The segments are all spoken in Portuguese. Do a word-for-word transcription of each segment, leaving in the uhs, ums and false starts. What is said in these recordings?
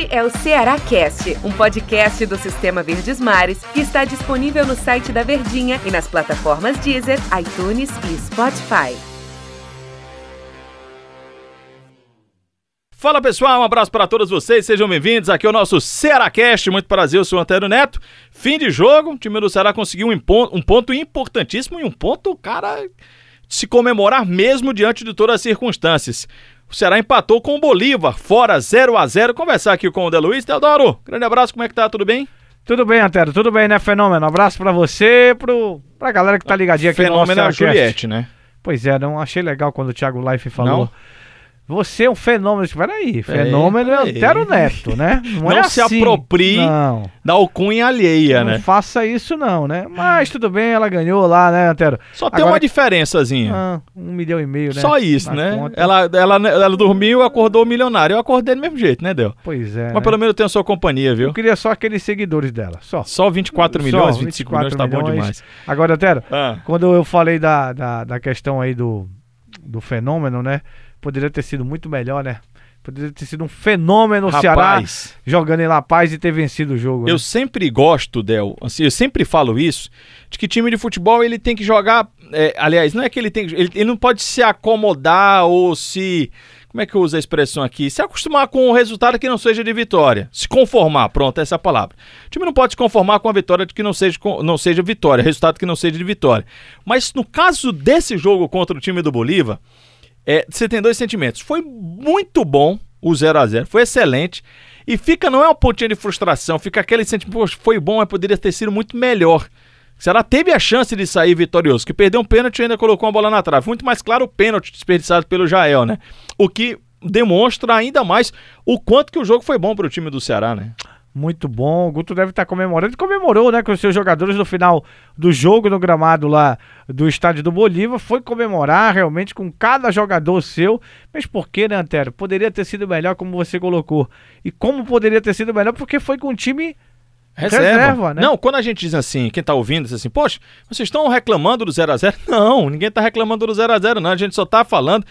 Este é o Ceará Cast, um podcast do Sistema Verdes Mares que está disponível no site da Verdinha e nas plataformas Deezer, iTunes e Spotify. Fala pessoal, um abraço para todos vocês, sejam bem-vindos aqui ao nosso Ceará Cast, muito prazer, eu sou o Antero Neto. Fim de jogo, o time do Ceará conseguiu um ponto, um ponto importantíssimo e um ponto, cara, de se comemorar mesmo diante de todas as circunstâncias. O Ceará empatou com o Bolívar, fora zero a zero. Conversar aqui com o Deluiz. Teodoro, grande abraço, como é que tá? Tudo bem? Tudo bem, Antero, tudo bem, né, Fenômeno? Um abraço pra você, pro, pra galera que tá ligadinha aqui no nosso Fenômeno é a Juliette, né? Pois é, não achei legal quando o Thiago Life falou. Não? Você é um fenômeno. Peraí, fenômeno é Antero Neto, né? Não, não é se assim. aproprie não. da alcunha alheia, não né? Não faça isso não, né? Mas tudo bem, ela ganhou lá, né, Antero? Só tem Agora, uma diferençazinha. Ah, um milhão e meio, né? Só isso, Na né? conta. Ela, ela, ela dormiu, acordou milionário. Eu acordei do mesmo jeito, né, Del? Pois é. Mas né? pelo menos eu tenho a sua companhia, viu? Eu queria só aqueles seguidores dela, só. Só vinte e quatro milhões, Só vinte e cinco milhões, tá bom demais. Agora, Antero, Ah. quando eu falei da, da, da questão aí do, do fenômeno, né? Poderia ter sido muito melhor, né? Poderia ter sido um fenômeno o Ceará jogando em La Paz e ter vencido o jogo. Eu né? sempre gosto, Del, assim, eu sempre falo isso, de que time de futebol ele tem que jogar, é, aliás, não é que ele tem que, ele, ele não pode se acomodar ou se, como é que eu uso a expressão aqui, se acostumar com um resultado que não seja de vitória, se conformar, pronto, essa é a palavra. O time não pode se conformar com a vitória de que não seja, não seja vitória, resultado que não seja de vitória. Mas no caso desse jogo contra o time do Bolívar, É, você tem dois sentimentos. Foi muito bom o zero a zero, foi excelente. E fica, não é uma pontinha de frustração, fica aquele sentimento, poxa, foi bom, mas poderia ter sido muito melhor. O Ceará teve a chance de sair vitorioso, que perdeu um pênalti e ainda colocou uma bola na trave. Muito mais claro o pênalti desperdiçado pelo Jael, né? O que demonstra ainda mais o quanto que o jogo foi bom para o time do Ceará, né? Muito bom, o Guto deve estar comemorando. Ele comemorou, né, com os seus jogadores no final do jogo no gramado lá do estádio do Bolívar. Foi comemorar realmente com cada jogador seu. Mas por que, né, Antero? Poderia ter sido melhor, como você colocou. E como poderia ter sido melhor? Porque foi com um time reserva, reserva né? Não, quando a gente diz assim, quem tá ouvindo diz assim, poxa, vocês estão reclamando do zero a zero? Não, ninguém tá reclamando do zero a zero, não. A gente só tá falando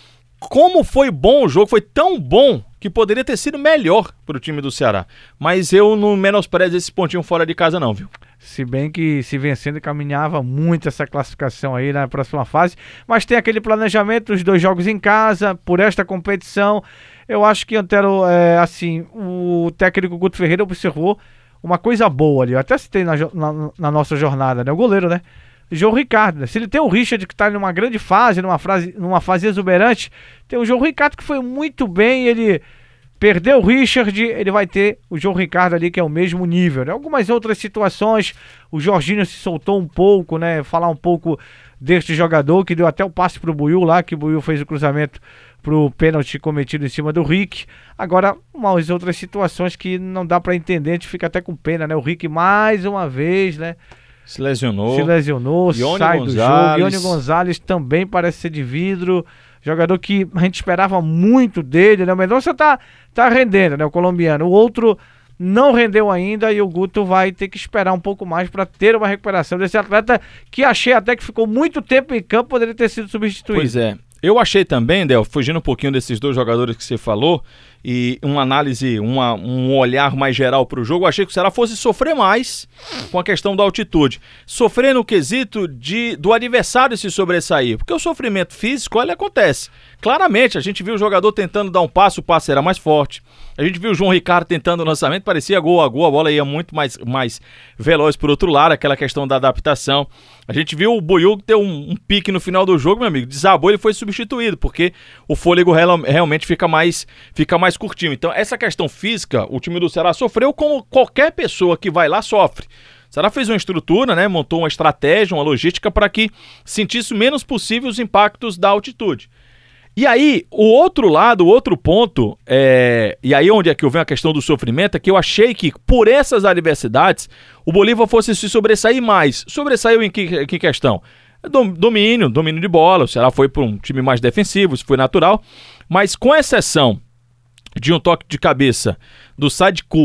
como foi bom o jogo, foi tão bom que poderia ter sido melhor pro time do Ceará. Mas eu não menosprezo esse pontinho fora de casa não, viu? Se bem que se vencendo caminhava muito essa classificação aí na próxima fase. Mas tem aquele planejamento dos dois jogos em casa, por esta competição. Eu acho que, Antero, é, assim, o técnico Guto Ferreira observou uma coisa boa ali. Eu até citei na, na, na nossa jornada, né? O goleiro, né? João Ricardo, né? Se ele tem o Richard que está numa grande fase, numa, frase, numa fase exuberante, tem o João Ricardo que foi muito bem, ele perdeu o Richard, ele vai ter o João Ricardo ali que é o mesmo nível, né? Algumas outras situações, o Jorginho se soltou um pouco, né? Falar um pouco deste jogador que deu até o passe pro Buiú lá, que o Buiú fez o cruzamento pro pênalti cometido em cima do Rick. Agora, umas outras situações que não dá para entender, a gente fica até com pena, né? O Rick mais uma vez, né? Se lesionou. Se lesionou, Ione sai Gonzalez. do jogo. Ione Gonzalez também parece ser de vidro. Jogador que a gente esperava muito dele, né? O Mendonça tá, tá rendendo, né? O colombiano. O outro não rendeu ainda e o Guto vai ter que esperar um pouco mais para ter uma recuperação desse atleta que achei até que ficou muito tempo em campo, poderia ter sido substituído. Pois é. Eu achei também, Del, fugindo um pouquinho desses dois jogadores que você falou, e uma análise, uma, um olhar mais geral para o jogo, eu achei que o Ceará fosse sofrer mais com a questão da altitude. Sofrer no quesito de, do adversário se sobressair, porque o sofrimento físico, ele acontece. Claramente, a gente viu o jogador tentando dar um passo, o passe era mais forte. A gente viu o João Ricardo tentando o lançamento, parecia gol a gol, a bola ia muito mais, mais veloz por outro lado, aquela questão da adaptação. A gente viu o Buiú ter um, um pique no final do jogo, meu amigo, desabou, ele foi substituído, porque o fôlego real, realmente fica mais, fica mais curtinho. Então, essa questão física, o time do Ceará sofreu como qualquer pessoa que vai lá sofre. O Ceará fez uma estrutura, né, montou uma estratégia, uma logística para que sentisse o menos possível os impactos da altitude. E aí, o outro lado, o outro ponto, é... e aí onde é que eu venho a questão do sofrimento, é que eu achei que por essas adversidades, o Bolívar fosse se sobressair mais. Sobressaiu em que, que questão? Domínio, domínio de bola, o Ceará foi para um time mais defensivo, isso foi natural, mas com exceção de um toque de cabeça do Sadiku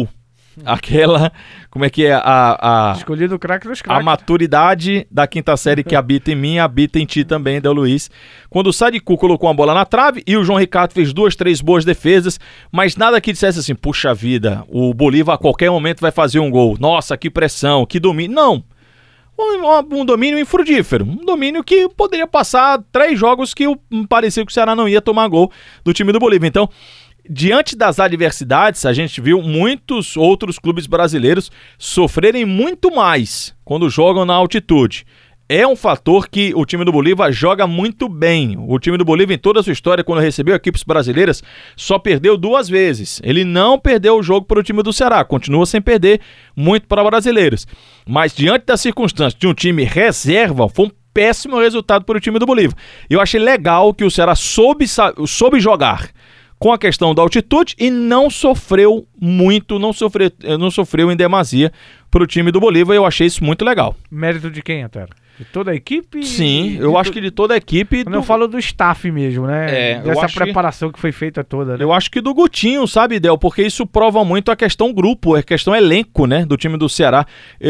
Aquela, como é que é? A, a, Escolhido o craque dos craques. A maturidade da quinta série que habita em mim, habita em ti também, Del Luiz. Quando o Sadiku colocou a bola na trave e o João Ricardo fez duas, três boas defesas, mas nada que dissesse assim, puxa vida, o Bolívar a qualquer momento vai fazer um gol. Nossa, que pressão, que domínio. Não. Um, um domínio infrutífero. Um domínio que poderia passar três jogos que parecia que o Ceará não ia tomar gol do time do Bolívar. Então, diante das adversidades, a gente viu muitos outros clubes brasileiros sofrerem muito mais quando jogam na altitude. É um fator que o time do Bolívar joga muito bem. O time do Bolívar, em toda a sua história, quando recebeu equipes brasileiras, só perdeu duas vezes. Ele não perdeu o jogo para o time do Ceará, continua sem perder muito para brasileiros. Mas diante das circunstâncias de um time reserva, foi um péssimo resultado para o time do Bolívar. Eu achei legal que o Ceará soube, soube jogar com a questão da altitude e não sofreu muito, não sofreu, não sofreu em demasia para o time do Bolívar. Eu achei isso muito legal. Mérito de quem, Antero? De toda a equipe? Sim, eu acho que de toda a equipe. Quando eu falo do staff mesmo, né? É, Dessa preparação que... que foi feita toda, né? Eu acho que do Gutinho, sabe, Del? Porque isso prova muito a questão grupo, a questão elenco, né? Do time do Ceará.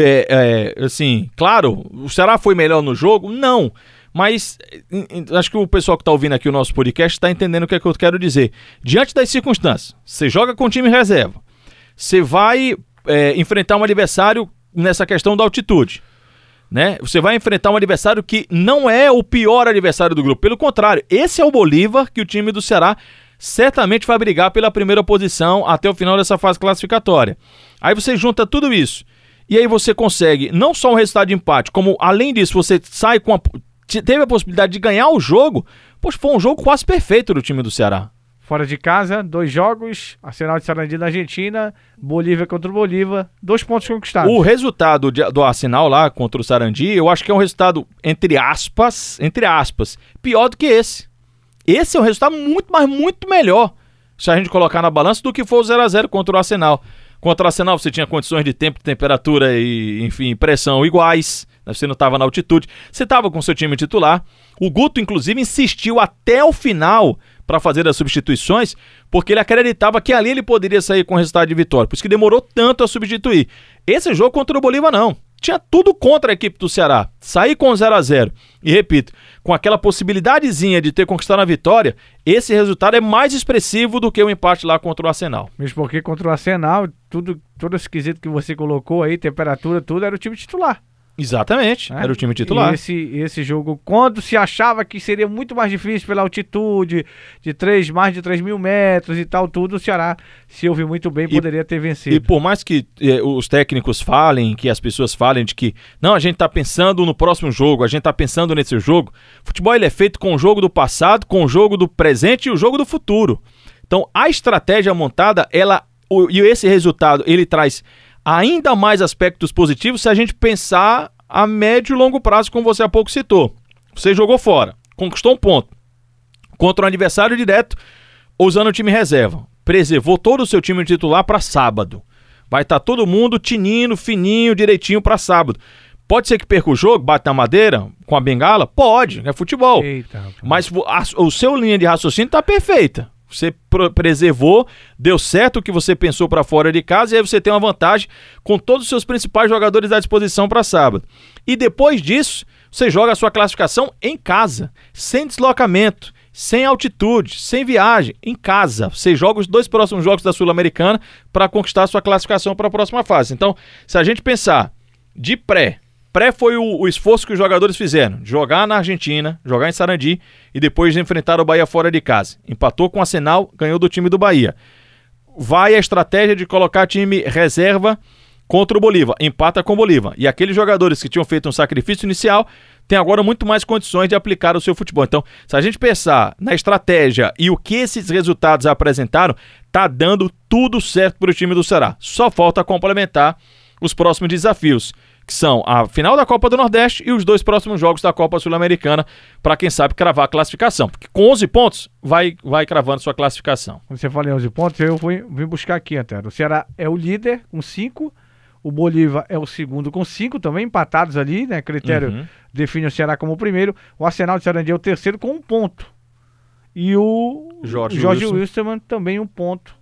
É, é, assim, claro, o Ceará foi melhor no jogo? Não. Mas acho que o pessoal que está ouvindo aqui o nosso podcast está entendendo o que é que eu quero dizer. Diante das circunstâncias, você joga com time reserva, você vai é, enfrentar um adversário nessa questão da altitude, né? Você vai enfrentar um adversário que não é o pior adversário do grupo, pelo contrário, esse é o Bolívar que o time do Ceará certamente vai brigar pela primeira posição até o final dessa fase classificatória. Aí você junta tudo isso e aí você consegue não só um resultado de empate, como além disso você sai com a... teve a possibilidade de ganhar o jogo. Poxa, foi um jogo quase perfeito do time do Ceará. Fora de casa, dois jogos, Arsenal de Sarandi na Argentina, Bolívia contra o Bolívar, dois pontos conquistados. O resultado de, do Arsenal lá contra o Sarandi, eu acho que é um resultado, entre aspas, entre aspas, pior do que esse. Esse é um resultado muito, mas muito melhor, se a gente colocar na balança, do que foi o zero a zero contra o Arsenal. Contra o Arsenal você tinha condições de tempo, temperatura e, enfim, pressão iguais. Você não estava na altitude, você estava com seu time titular. O Guto, inclusive, insistiu até o final para fazer as substituições, porque ele acreditava que ali ele poderia sair com resultado de vitória, por isso que demorou tanto a substituir. Esse jogo contra o Bolívar não, tinha tudo contra a equipe do Ceará. Sair com zero a zero, e repito, com aquela possibilidadezinha de ter conquistado a vitória, esse resultado é mais expressivo do que o empate lá contra o Arsenal. Mesmo porque contra o Arsenal, tudo, todo esse quesito que você colocou aí, temperatura, tudo, era o time titular. Exatamente, é. Era o time titular. E esse, esse jogo, quando se achava que seria muito mais difícil pela altitude, de três, mais de três mil metros e tal, tudo, o Ceará, se ouviu muito bem, poderia e, ter vencido. E por mais que eh, os técnicos falem, que as pessoas falem de que, não, a gente tá pensando no próximo jogo, a gente tá pensando nesse jogo, futebol ele é feito com o jogo do passado, com o jogo do presente e o jogo do futuro. Então, a estratégia montada, ela, o, e esse resultado, ele traz ainda mais aspectos positivos se a gente pensar a médio e longo prazo, como você há pouco citou. Você jogou fora, conquistou um ponto contra um adversário direto, usando o time reserva. Preservou todo o seu time titular para sábado. Vai estar tá todo mundo tinindo, fininho, direitinho para sábado. Pode ser que perca o jogo, bate na madeira com a bengala? Pode, é futebol. Eita, mas a, o seu linha de raciocínio está perfeita. Você preservou, deu certo o que você pensou para fora de casa e aí você tem uma vantagem com todos os seus principais jogadores à disposição para sábado. E depois disso, você joga a sua classificação em casa, sem deslocamento, sem altitude, sem viagem, em casa. Você joga os dois próximos jogos da Sul-Americana para conquistar a sua classificação para a próxima fase. Então, se a gente pensar de pré, Pré foi o, o esforço que os jogadores fizeram, jogar na Argentina, jogar em Sarandi e depois enfrentar o Bahia fora de casa. Empatou com o Arsenal, ganhou do time do Bahia. Vai a estratégia de colocar time reserva contra o Bolívar, empata com o Bolívar. E aqueles jogadores que tinham feito um sacrifício inicial têm agora muito mais condições de aplicar o seu futebol. Então, se a gente pensar na estratégia e o que esses resultados apresentaram, tá dando tudo certo para o time do Ceará. Só falta complementar os próximos desafios, que são a final da Copa do Nordeste e os dois próximos jogos da Copa Sul-Americana, para quem sabe cravar a classificação. Porque com onze pontos, vai, vai cravando sua classificação. Quando você fala em onze pontos, eu fui, vim buscar aqui, Antero. O Ceará é o líder com cinco, o Bolívar é o segundo com cinco, também empatados ali, né? Critério uhum. define o Ceará como o primeiro. O Arsenal de Sarandi é o terceiro com um ponto. E o Jorge, Jorge Wilson. Wilson também um ponto.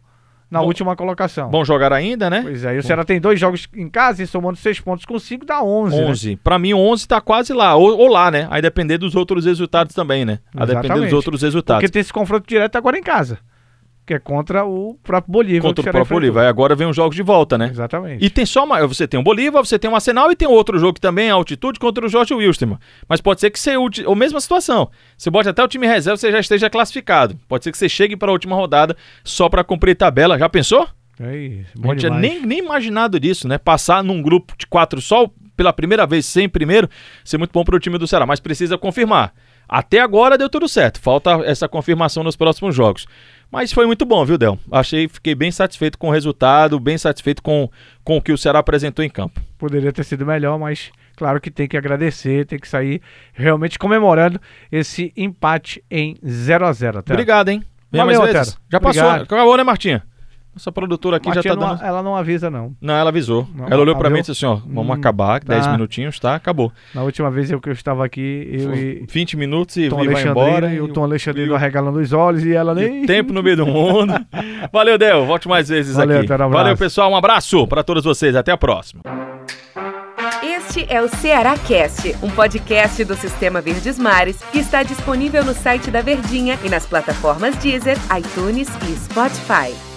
na bom, última colocação. Bom jogar ainda, né? Pois é, e o Ceará tem dois jogos em casa e somando seis pontos com cinco dá onze. onze. Né? Pra mim, onze tá quase lá, ou, ou lá, né? Aí depender dos outros resultados também, né? A Exatamente. depender dos outros resultados. Porque tem esse confronto direto agora em casa, que é contra o próprio Bolívar. Contra o próprio Bolívar. Aí agora vem os jogos de volta, né? Exatamente. E tem só uma. Você tem o Bolívar, você tem o Arsenal e tem outro jogo também, a altitude, contra o Jorge Wilstermann. Mas pode ser que você. A mesma situação. Você bote até o time reserva, você já esteja classificado. Pode ser que você chegue para a última rodada só para cumprir tabela. Já pensou? É isso. Bom a gente tinha demais. nem, nem imaginado disso, né? Passar num grupo de quatro só pela primeira vez sem primeiro, ser muito bom para o time do Ceará. Mas precisa confirmar. Até agora deu tudo certo. Falta essa confirmação nos próximos jogos. Mas foi muito bom, viu, Del? Achei, fiquei bem satisfeito com o resultado, bem satisfeito com, com o que o Ceará apresentou em campo. Poderia ter sido melhor, mas claro que tem que agradecer, tem que sair realmente comemorando esse empate em zero a zero. Obrigado, hein? Venha Valeu, mais vezes. Otero. Já Obrigado. passou, acabou, né, Martinha? Nossa produtora aqui Martinha já tá não, dando... ela não avisa, não. Não, ela avisou. Não, ela olhou pra viu? mim e disse assim, ó, vamos Hum, acabar, tá. dez minutinhos, tá? Acabou. Na última vez eu que eu estava aqui, eu e vinte minutos e Tom vai Alexandrino, embora. e o Tom Alexandrino e o- arregalando os olhos e ela nem... E o tempo no meio do mundo. Valeu, Del. Volte mais vezes Valeu, aqui. Otero, abraço. Valeu, pessoal. Um abraço pra todos vocês. Até a próxima. Este é o Ceará Cast, um podcast do Sistema Verdes Mares que está disponível no site da Verdinha e nas plataformas Deezer, iTunes e Spotify.